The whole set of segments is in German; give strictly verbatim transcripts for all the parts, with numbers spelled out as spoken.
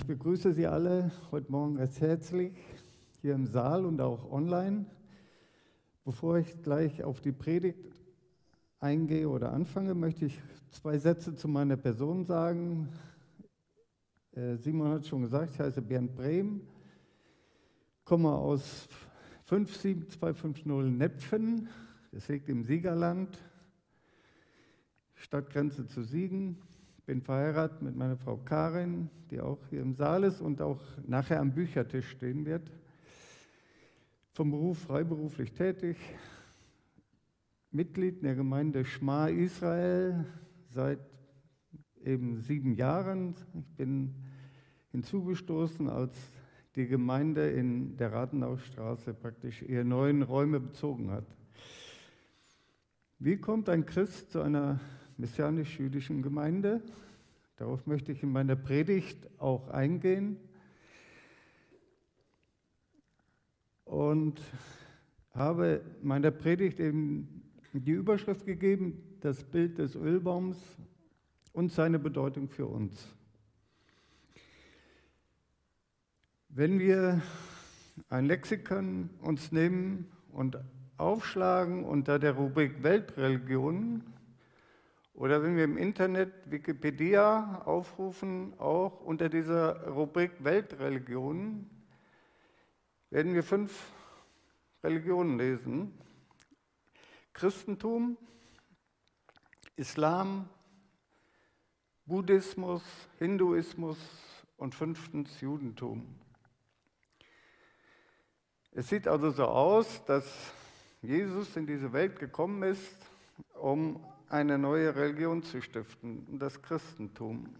Ich begrüße Sie alle heute Morgen recht herzlich hier im Saal und auch online. Bevor ich gleich auf die Predigt eingehe oder anfange, möchte ich zwei Sätze zu meiner Person sagen. Äh, Simon hat schon gesagt, ich heiße Bernd Brehm, komme aus fünf sieben zwei fünf null Nepfen, das liegt im Siegerland, Stadtgrenze zu Siegen. Bin verheiratet mit meiner Frau Karin, die auch hier im Saal ist und auch nachher am Büchertisch stehen wird. Vom Beruf freiberuflich tätig, Mitglied in der Gemeinde Schma Israel seit eben sieben Jahren. Ich bin hinzugestoßen, als die Gemeinde in der Rathenaustraße praktisch ihre neuen Räume bezogen hat. Wie kommt ein Christ zu einer messianisch-jüdischen Gemeinde? Darauf möchte ich in meiner Predigt auch eingehen. Und habe meiner Predigt eben die Überschrift gegeben, das Bild des Ölbaums und seine Bedeutung für uns. Wenn wir ein Lexikon uns nehmen und aufschlagen unter der Rubrik Weltreligionen oder wenn wir im Internet Wikipedia aufrufen, auch unter dieser Rubrik Weltreligionen, werden wir fünf Religionen lesen. Christentum, Islam, Buddhismus, Hinduismus und fünftens Judentum. Es sieht also so aus, dass Jesus in diese Welt gekommen ist, um eine neue Religion zu stiften, das Christentum.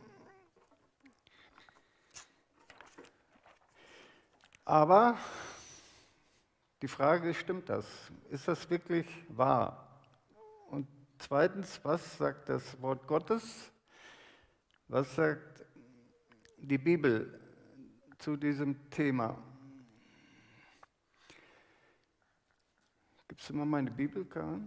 Aber die Frage ist, stimmt das? Ist das wirklich wahr? Und zweitens, was sagt das Wort Gottes? Was sagt die Bibel zu diesem Thema? Gibt es immer meine Bibel, Karin?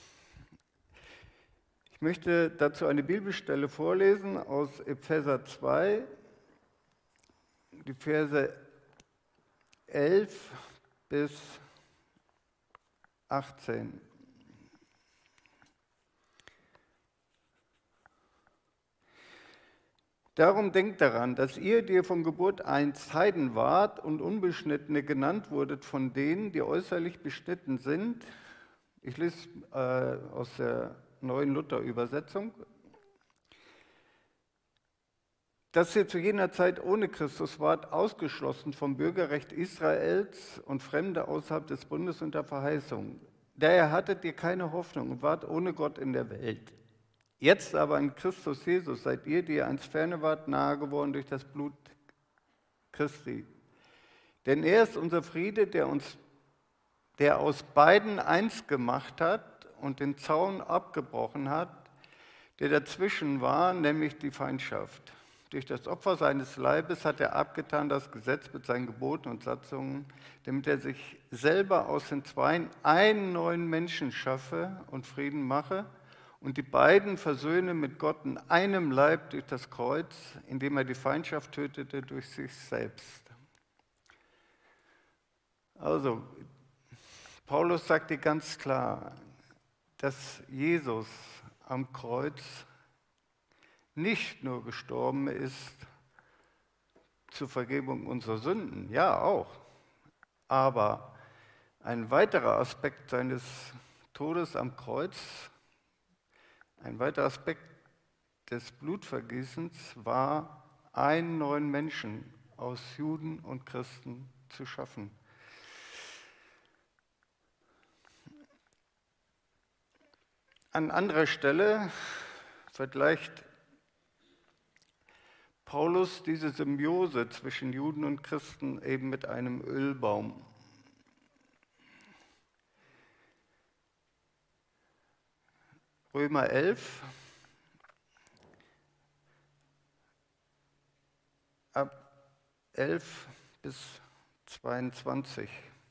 Ich möchte dazu eine Bibelstelle vorlesen aus Epheser zwei, die Verse elf bis achtzehn. Darum denkt daran, dass ihr, die ihr von Geburt einst Heiden wart und Unbeschnittene genannt wurdet von denen, die äußerlich beschnitten sind, ich lese äh, aus der neuen Luther-Übersetzung, dass ihr zu jener Zeit ohne Christus wart, ausgeschlossen vom Bürgerrecht Israels und Fremde außerhalb des Bundes unter Verheißung. Daher hattet ihr keine Hoffnung und wart ohne Gott in der Welt. Jetzt aber in Christus Jesus seid ihr, die ihr einst ferne wart, nahe geworden durch das Blut Christi. Denn er ist unser Friede, der uns, der aus beiden eins gemacht hat und den Zaun abgebrochen hat, der dazwischen war, nämlich die Feindschaft. Durch das Opfer seines Leibes hat er abgetan das Gesetz mit seinen Geboten und Satzungen, damit er sich selber aus den Zweien einen neuen Menschen schaffe und Frieden mache und die beiden versöhne mit Gott in einem Leib durch das Kreuz, indem er die Feindschaft tötete durch sich selbst. Also, Paulus sagt dir ganz klar, dass Jesus am Kreuz nicht nur gestorben ist zur Vergebung unserer Sünden, ja auch, aber ein weiterer Aspekt seines Todes am Kreuz, ein weiterer Aspekt des Blutvergießens war, einen neuen Menschen aus Juden und Christen zu schaffen. An anderer Stelle vergleicht Paulus diese Symbiose zwischen Juden und Christen eben mit einem Ölbaum. Römer elf, ab elf bis zweiundzwanzig.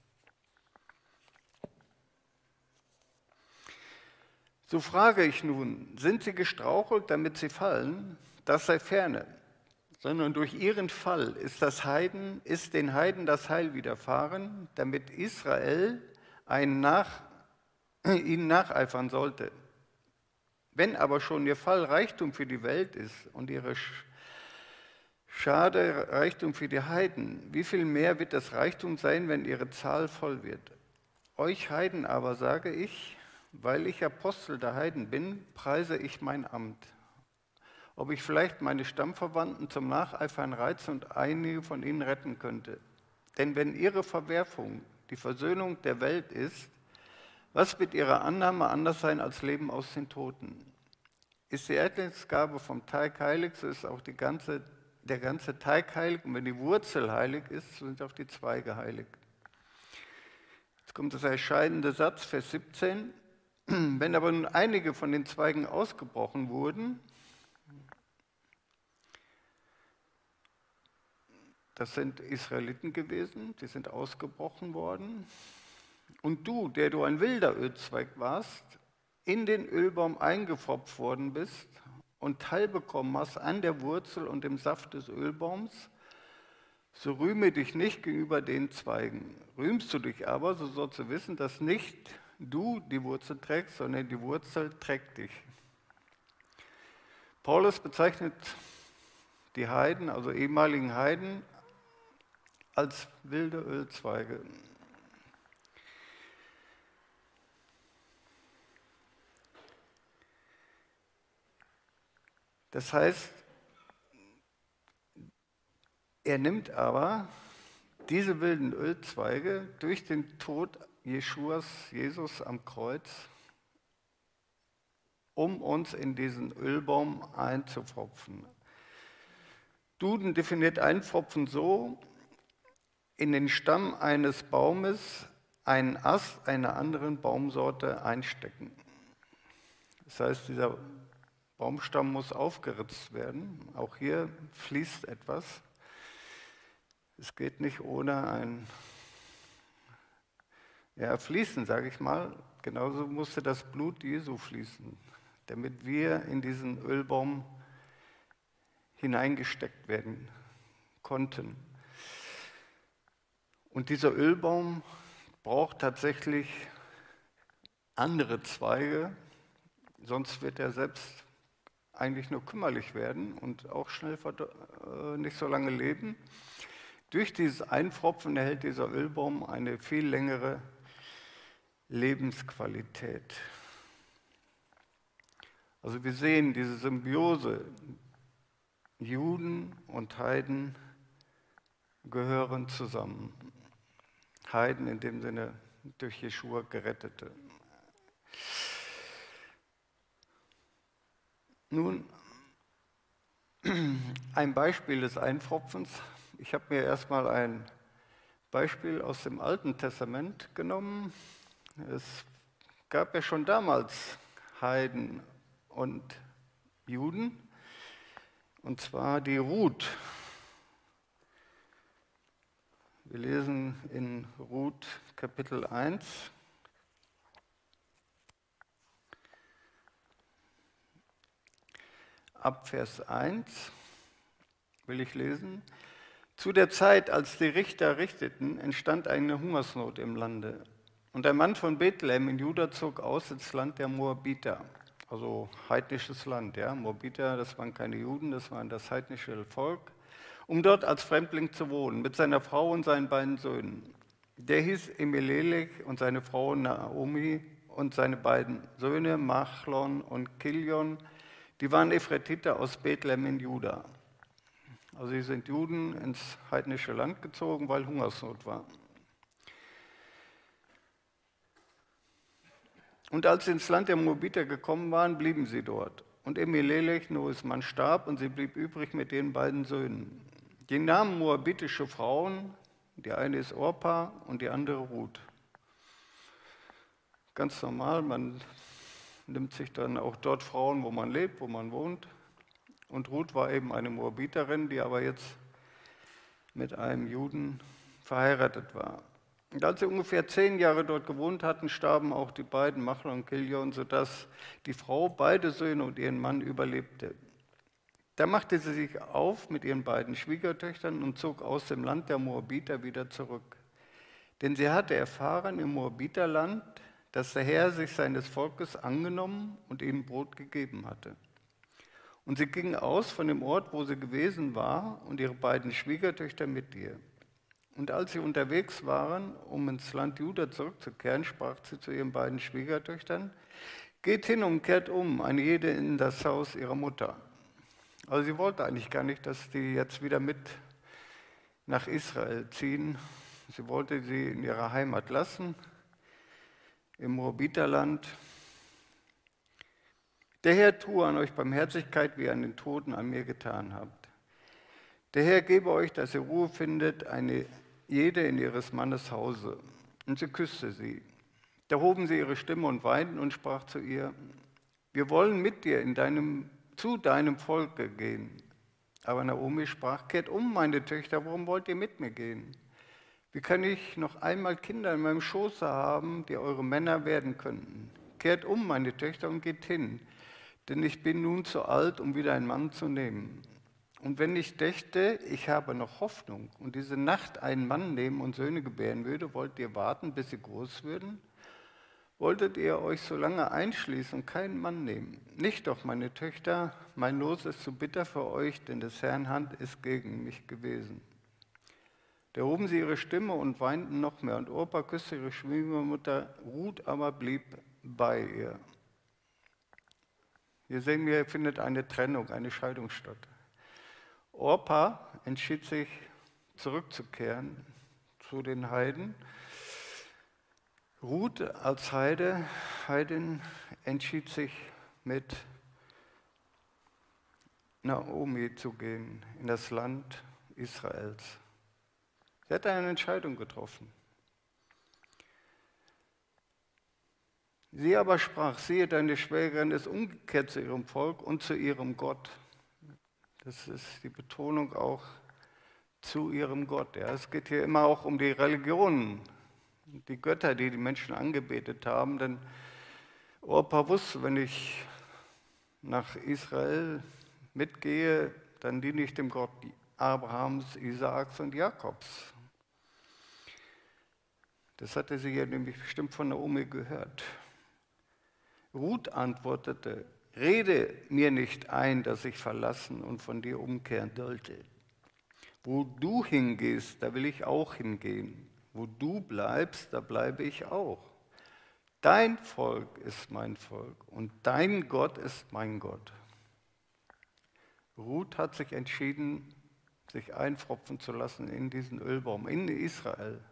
So frage ich nun, sind sie gestrauchelt, damit sie fallen? Das sei ferne. sondern durch ihren Fall ist, das Heiden, ist den Heiden das Heil widerfahren, damit Israel einen nach, ihnen nacheifern sollte. Wenn aber schon ihr Fall Reichtum für die Welt ist und ihre Schade Reichtum für die Heiden, wie viel mehr wird das Reichtum sein, wenn ihre Zahl voll wird? Euch Heiden aber sage ich, weil ich Apostel der Heiden bin, preise ich mein Amt. Ob ich vielleicht meine Stammverwandten zum Nacheifern reize und einige von ihnen retten könnte. Denn wenn ihre Verwerfung die Versöhnung der Welt ist, was wird ihre Annahme anders sein als Leben aus den Toten? Ist die Erdlingsgabe vom Teig heilig, so ist auch die ganze, der ganze Teig heilig. Und wenn die Wurzel heilig ist, so sind auch die Zweige heilig. Jetzt kommt das entscheidende Satz, Vers siebzehn. Wenn aber nun einige von den Zweigen ausgebrochen wurden, das sind Israeliten gewesen, die sind ausgebrochen worden, und du, der du ein wilder Ölzweig warst, in den Ölbaum eingepfropft worden bist und teilbekommen hast an der Wurzel und dem Saft des Ölbaums, so rühme dich nicht gegenüber den Zweigen. Rühmst du dich aber, so sollst du wissen, dass nicht du die Wurzel trägst, sondern die Wurzel trägt dich. Paulus bezeichnet die Heiden, also ehemaligen Heiden, als wilde Ölzweige. Das heißt, er nimmt aber diese wilden Ölzweige durch den Tod Jeschuas, Jesus am Kreuz, um uns in diesen Ölbaum einzupfropfen. Duden definiert Einpfropfen so: in den Stamm eines Baumes einen Ast einer anderen Baumsorte einstecken. Das heißt, dieser Baumstamm muss aufgeritzt werden. Auch hier fließt etwas. Es geht nicht ohne ein ja, Fließen, sage ich mal. Genauso musste das Blut Jesu fließen, damit wir in diesen Ölbaum hineingesteckt werden konnten. Und dieser Ölbaum braucht tatsächlich andere Zweige, sonst wird er selbst eigentlich nur kümmerlich werden und auch schnell nicht so lange leben. Durch dieses Einpfropfen erhält dieser Ölbaum eine viel längere Lebensqualität. Also wir sehen diese Symbiose, Juden und Heiden gehören zusammen. Heiden in dem Sinne durch Jeschua Gerettete. Nun, ein Beispiel des Einpfropfens. Ich habe mir erstmal ein Beispiel aus dem Alten Testament genommen. Es gab ja schon damals Heiden und Juden, und zwar die Ruth. Wir lesen in Ruth Kapitel eins. Ab Vers eins will ich lesen. Zu der Zeit, als die Richter richteten, entstand eine Hungersnot im Lande. Und ein Mann von Bethlehem in Juda zog aus ins Land der Moabiter, also heidnisches Land. Ja? Moabiter, das waren keine Juden, das war das heidnische Volk, um dort als Fremdling zu wohnen, mit seiner Frau und seinen beiden Söhnen. Der hieß Elimelech und seine Frau Naomi und seine beiden Söhne Machlon und Kilion, die waren Ephratiter aus Bethlehem in Juda. Also sie sind Juden ins heidnische Land gezogen, weil Hungersnot war. Und als sie ins Land der Moabiter gekommen waren, blieben sie dort. Und Elimelech, Noes Mann, starb und sie blieb übrig mit den beiden Söhnen. Die nahmen moabitische Frauen, die eine ist Orpa und die andere Ruth. Ganz normal, man nimmt sich dann auch dort Frauen, wo man lebt, wo man wohnt. Und Ruth war eben eine Moabiterin, die aber jetzt mit einem Juden verheiratet war. Und als sie ungefähr zehn Jahre dort gewohnt hatten, starben auch die beiden, Machlon und Kilion, sodass die Frau beide Söhne und ihren Mann überlebte. Da machte sie sich auf mit ihren beiden Schwiegertöchtern und zog aus dem Land der Moabiter wieder zurück. Denn sie hatte erfahren im Moabiterland, dass der Herr sich seines Volkes angenommen und ihnen Brot gegeben hatte. Und sie ging aus von dem Ort, wo sie gewesen war, und ihre beiden Schwiegertöchter mit ihr. Und als sie unterwegs waren, um ins Land Juda zurückzukehren, sprach sie zu ihren beiden Schwiegertöchtern: Geht hin und kehrt um, eine jede in das Haus ihrer Mutter. Also sie wollte eigentlich gar nicht, dass die jetzt wieder mit nach Israel ziehen. Sie wollte sie in ihrer Heimat lassen, im Moabiterland. Der Herr tue an euch Barmherzigkeit, wie ihr an den Toten an mir getan habt. Der Herr gebe euch, dass ihr Ruhe findet, eine jede in ihres Mannes Hause. Und sie küsste sie. Da hoben sie ihre Stimme und weinten und sprach zu ihr: Wir wollen mit dir in deinem, zu deinem Volke gehen. Aber Naomi sprach: Kehrt um, meine Töchter, warum wollt ihr mit mir gehen? Wie kann ich noch einmal Kinder in meinem Schoße haben, die eure Männer werden könnten? Kehrt um, meine Töchter, und geht hin, denn ich bin nun zu alt, um wieder einen Mann zu nehmen. Und wenn ich dächte, ich habe noch Hoffnung und diese Nacht einen Mann nehmen und Söhne gebären würde, wollt ihr warten, bis sie groß würden? Wolltet ihr euch so lange einschließen und keinen Mann nehmen? Nicht doch, meine Töchter, mein Los ist zu bitter für euch, denn des Herrn Hand ist gegen mich gewesen. Da hoben sie ihre Stimme und weinten noch mehr, und Orpa küsste ihre Schwiegermutter, Ruth aber blieb bei ihr. Hier sehen wir, findet eine Trennung, eine Scheidung statt. Orpa entschied sich, zurückzukehren zu den Heiden. Ruth als Heide, Heidin entschied sich, mit Naomi zu gehen in das Land Israels. Sie hat eine Entscheidung getroffen. Sie aber sprach: Siehe, deine Schwägerin ist umgekehrt zu ihrem Volk und zu ihrem Gott. Das ist die Betonung auch zu ihrem Gott. Ja, es geht hier immer auch um die Religionen, die Götter, die die Menschen angebetet haben. Denn Orpa wusste, wenn ich nach Israel mitgehe, dann diene ich dem Gott Abrahams, Isaaks und Jakobs. Das hatte sie ja nämlich bestimmt von Naomi gehört. Ruth antwortete: Rede mir nicht ein, dass ich verlassen und von dir umkehren sollte. Wo du hingehst, da will ich auch hingehen. Wo du bleibst, da bleibe ich auch. Dein Volk ist mein Volk und dein Gott ist mein Gott. Ruth hat sich entschieden, sich einpfropfen zu lassen in diesen Ölbaum, in Israel.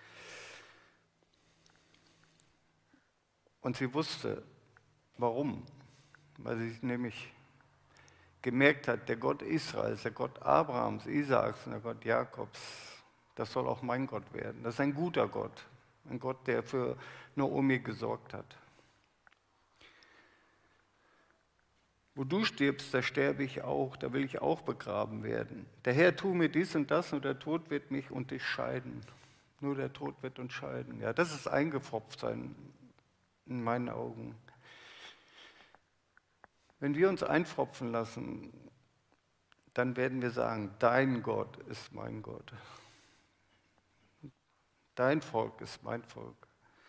Und sie wusste, warum. Weil sie nämlich gemerkt hat, der Gott Israels, der Gott Abrahams, Isaaks und der Gott Jakobs, das soll auch mein Gott werden. Das ist ein guter Gott, ein Gott, der für Naomi gesorgt hat. Wo du stirbst, da sterbe ich auch, da will ich auch begraben werden. Der Herr tu mir dies und das und der Tod wird mich und dich scheiden. Nur der Tod wird uns scheiden. Ja, das ist eingepfropft sein in meinen Augen. Wenn wir uns einpfropfen lassen, dann werden wir sagen, dein Gott ist mein Gott. Dein Volk ist mein Volk.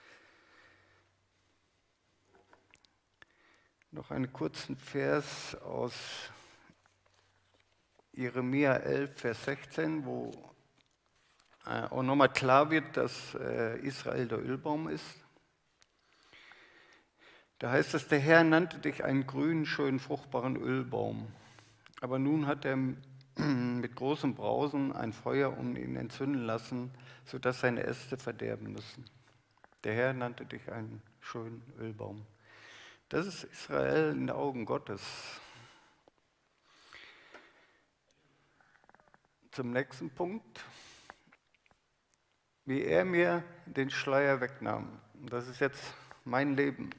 Noch einen kurzen Vers aus Jeremia elf, Vers sechzehn, wo auch nochmal klar wird, dass Israel der Ölbaum ist. Da heißt es, der Herr nannte dich einen grünen, schönen, fruchtbaren Ölbaum. Aber nun hat er mit großem Brausen ein Feuer um ihn entzünden lassen, sodass seine Äste verderben müssen. Der Herr nannte dich einen schönen Ölbaum. Das ist Israel in den Augen Gottes. Zum nächsten Punkt. Wie er mir den Schleier wegnahm. Das ist jetzt mein Leben.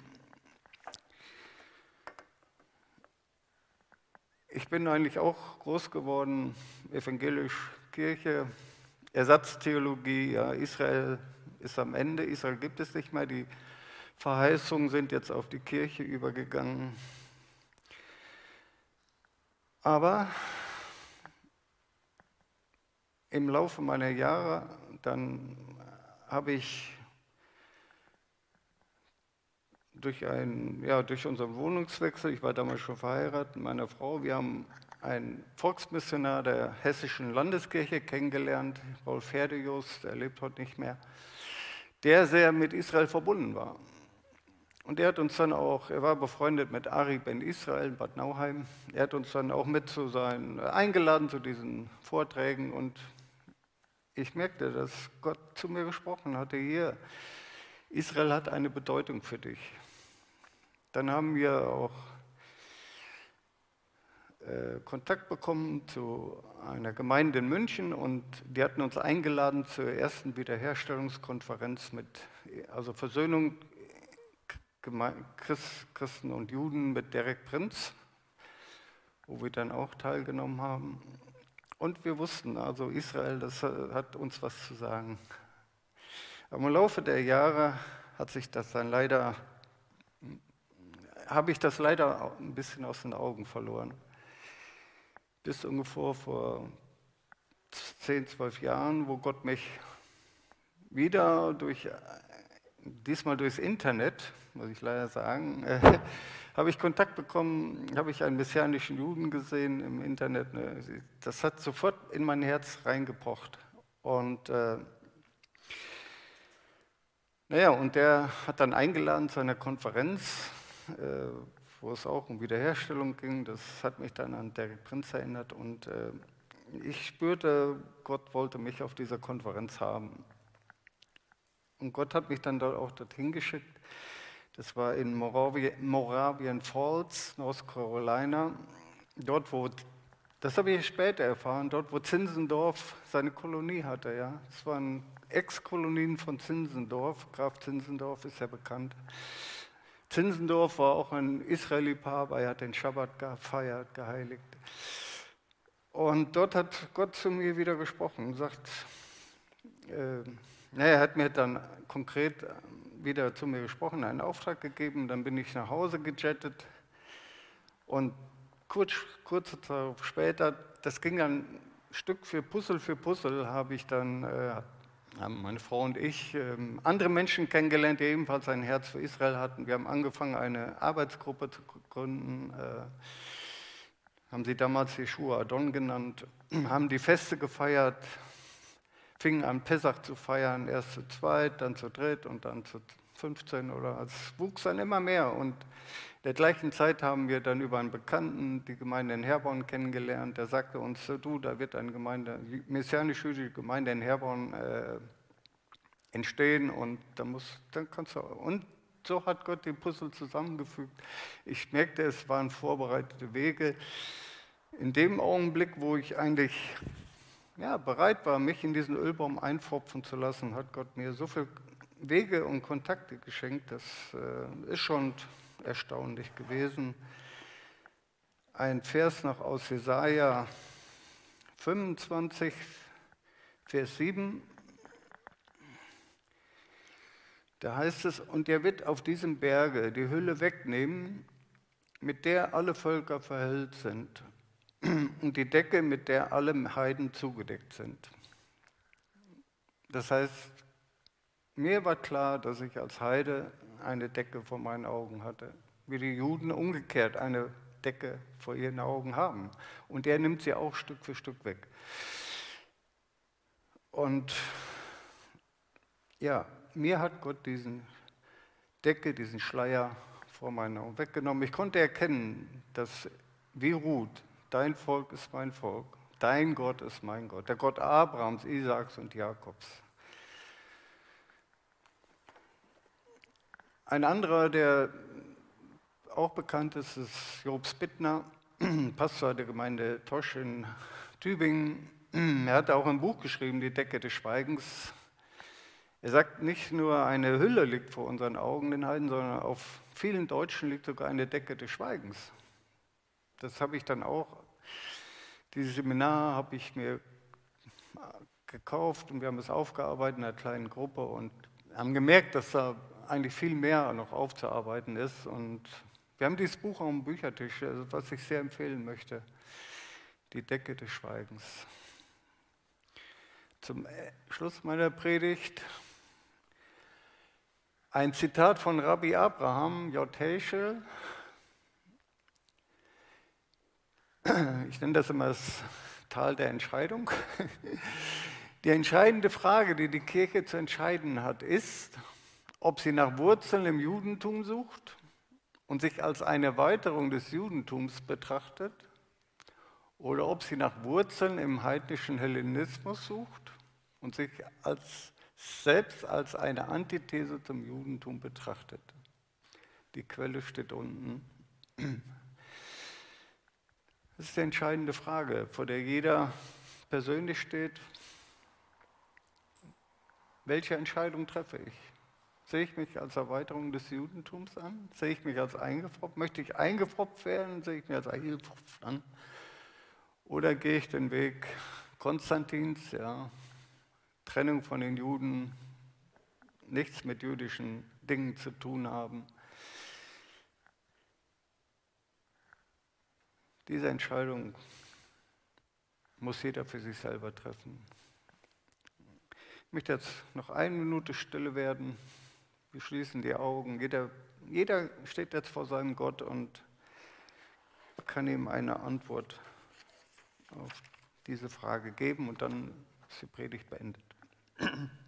Ich bin eigentlich auch groß geworden, evangelisch Kirche, Ersatztheologie, ja, Israel ist am Ende, Israel gibt es nicht mehr, die Verheißungen sind jetzt auf die Kirche übergegangen. Aber im Laufe meiner Jahre, dann habe ich durch, ein, ja, durch unseren Wohnungswechsel, ich war damals schon verheiratet mit meiner Frau, wir haben einen Volksmissionar der Hessischen Landeskirche kennengelernt, Rolf Herdejus, der lebt heute nicht mehr, der sehr mit Israel verbunden war. Und er hat uns dann auch, er war befreundet mit Ari Ben Israel in Bad Nauheim, er hat uns dann auch mit zu sein, eingeladen zu diesen Vorträgen und ich merkte, dass Gott zu mir gesprochen hatte, hier, Israel hat eine Bedeutung für dich. Dann haben wir auch äh, Kontakt bekommen zu einer Gemeinde in München und die hatten uns eingeladen zur ersten Wiederherstellungskonferenz mit, also Versöhnung Christen und Juden mit Derek Prinz, wo wir dann auch teilgenommen haben. Und wir wussten, also Israel, das hat uns was zu sagen. Aber im Laufe der Jahre hat sich das dann leider, habe ich das leider ein bisschen aus den Augen verloren. Bis ungefähr vor zehn, zwölf Jahren, wo Gott mich wieder durch, diesmal durchs Internet, muss ich leider sagen, äh, habe ich Kontakt bekommen, habe ich einen messianischen Juden gesehen im Internet. Ne? Das hat sofort in mein Herz reingepocht. Und äh, naja, und der hat dann eingeladen zu einer Konferenz, äh, wo es auch um Wiederherstellung ging. Das hat mich dann an Derek Prinz erinnert. Und äh, ich spürte, Gott wollte mich auf dieser Konferenz haben. Und Gott hat mich dann dort auch dorthin geschickt. Das war in Moravian, Moravian Falls, North Carolina. Dort, wo, das habe ich später erfahren, dort, wo Zinzendorf seine Kolonie hatte. Ja. Das waren Ex-Kolonien von Zinzendorf. Graf Zinzendorf ist ja bekannt. Zinzendorf war auch ein Israeli-Paar, er hat den Schabbat gefeiert, geheiligt. Und dort hat Gott zu mir wieder gesprochen und sagt, äh, na, er hat mir dann konkret wieder zu mir gesprochen, einen Auftrag gegeben, dann bin ich nach Hause gejettet und kurz, kurze Zeit später, das ging dann Stück für Puzzle für Puzzle, habe ich dann, äh, haben meine Frau und ich, äh, andere Menschen kennengelernt, die ebenfalls ein Herz für Israel hatten. Wir haben angefangen, eine Arbeitsgruppe zu gründen, äh, haben sie damals Yeshua Adon genannt, haben die Feste gefeiert, fingen an, Pessach zu feiern, erst zu zweit, dann zu dritt und dann zu fünfzehn oder es wuchs dann immer mehr. Und in der gleichen Zeit haben wir dann über einen Bekannten die Gemeinde in Herborn kennengelernt. Der sagte uns, du, da wird eine Gemeinde, messianisch-jüdische Gemeinde in Herborn äh, entstehen und da muss, dann kannst du. Und so hat Gott die Puzzle zusammengefügt. Ich merkte, es waren vorbereitete Wege. In dem Augenblick, wo ich eigentlich ja, bereit war, mich in diesen Ölbaum einpfropfen zu lassen, hat Gott mir so viele Wege und Kontakte geschenkt. Das äh, ist schon erstaunlich gewesen. Ein Vers noch aus Jesaja fünfundzwanzig, Vers sieben. Da heißt es, und er wird auf diesem Berge die Hülle wegnehmen, mit der alle Völker verhüllt sind, und die Decke, mit der alle Heiden zugedeckt sind. Das heißt, mir war klar, dass ich als Heide eine Decke vor meinen Augen hatte, wie die Juden umgekehrt eine Decke vor ihren Augen haben. Und er nimmt sie auch Stück für Stück weg. Und ja, mir hat Gott diesen Decke, diesen Schleier vor meinen Augen weggenommen. Ich konnte erkennen, dass wie Ruth, dein Volk ist mein Volk, dein Gott ist mein Gott, der Gott Abrahams, Isaaks und Jakobs. Ein anderer, der auch bekannt ist, ist Jobs Bittner, Pastor der Gemeinde Tosch in Tübingen. Er hat auch ein Buch geschrieben, Die Decke des Schweigens. Er sagt, nicht nur eine Hülle liegt vor unseren Augen, den Heiden, sondern auf vielen Deutschen liegt sogar eine Decke des Schweigens. Das habe ich dann auch, dieses Seminar habe ich mir gekauft und wir haben es aufgearbeitet in einer kleinen Gruppe und haben gemerkt, dass da eigentlich viel mehr noch aufzuarbeiten ist. Und wir haben dieses Buch am Büchertisch, was ich sehr empfehlen möchte. die Decke des Schweigens. Zum Schluss meiner Predigt ein Zitat von Rabbi Abraham J. Heschel. Ich nenne das immer das Tal der Entscheidung. Die entscheidende Frage, die die Kirche zu entscheiden hat, ist, ob sie nach Wurzeln im Judentum sucht und sich als eine Erweiterung des Judentums betrachtet, oder ob sie nach Wurzeln im heidnischen Hellenismus sucht und sich als, selbst als eine Antithese zum Judentum betrachtet. Die Quelle steht unten. Das ist die entscheidende Frage, vor der jeder persönlich steht. Welche Entscheidung treffe ich? Sehe ich mich als Erweiterung des Judentums an? Sehe ich mich als eingepfropft? Möchte ich eingepfropft werden? Sehe ich mich als eingepfropft an? Oder gehe ich den Weg Konstantins, ja, Trennung von den Juden, nichts mit jüdischen Dingen zu tun haben? Diese Entscheidung muss jeder für sich selber treffen. Ich möchte jetzt noch eine Minute Stille werden. Wir schließen die Augen. Jeder, jeder steht jetzt vor seinem Gott und kann ihm eine Antwort auf diese Frage geben und dann ist die Predigt beendet.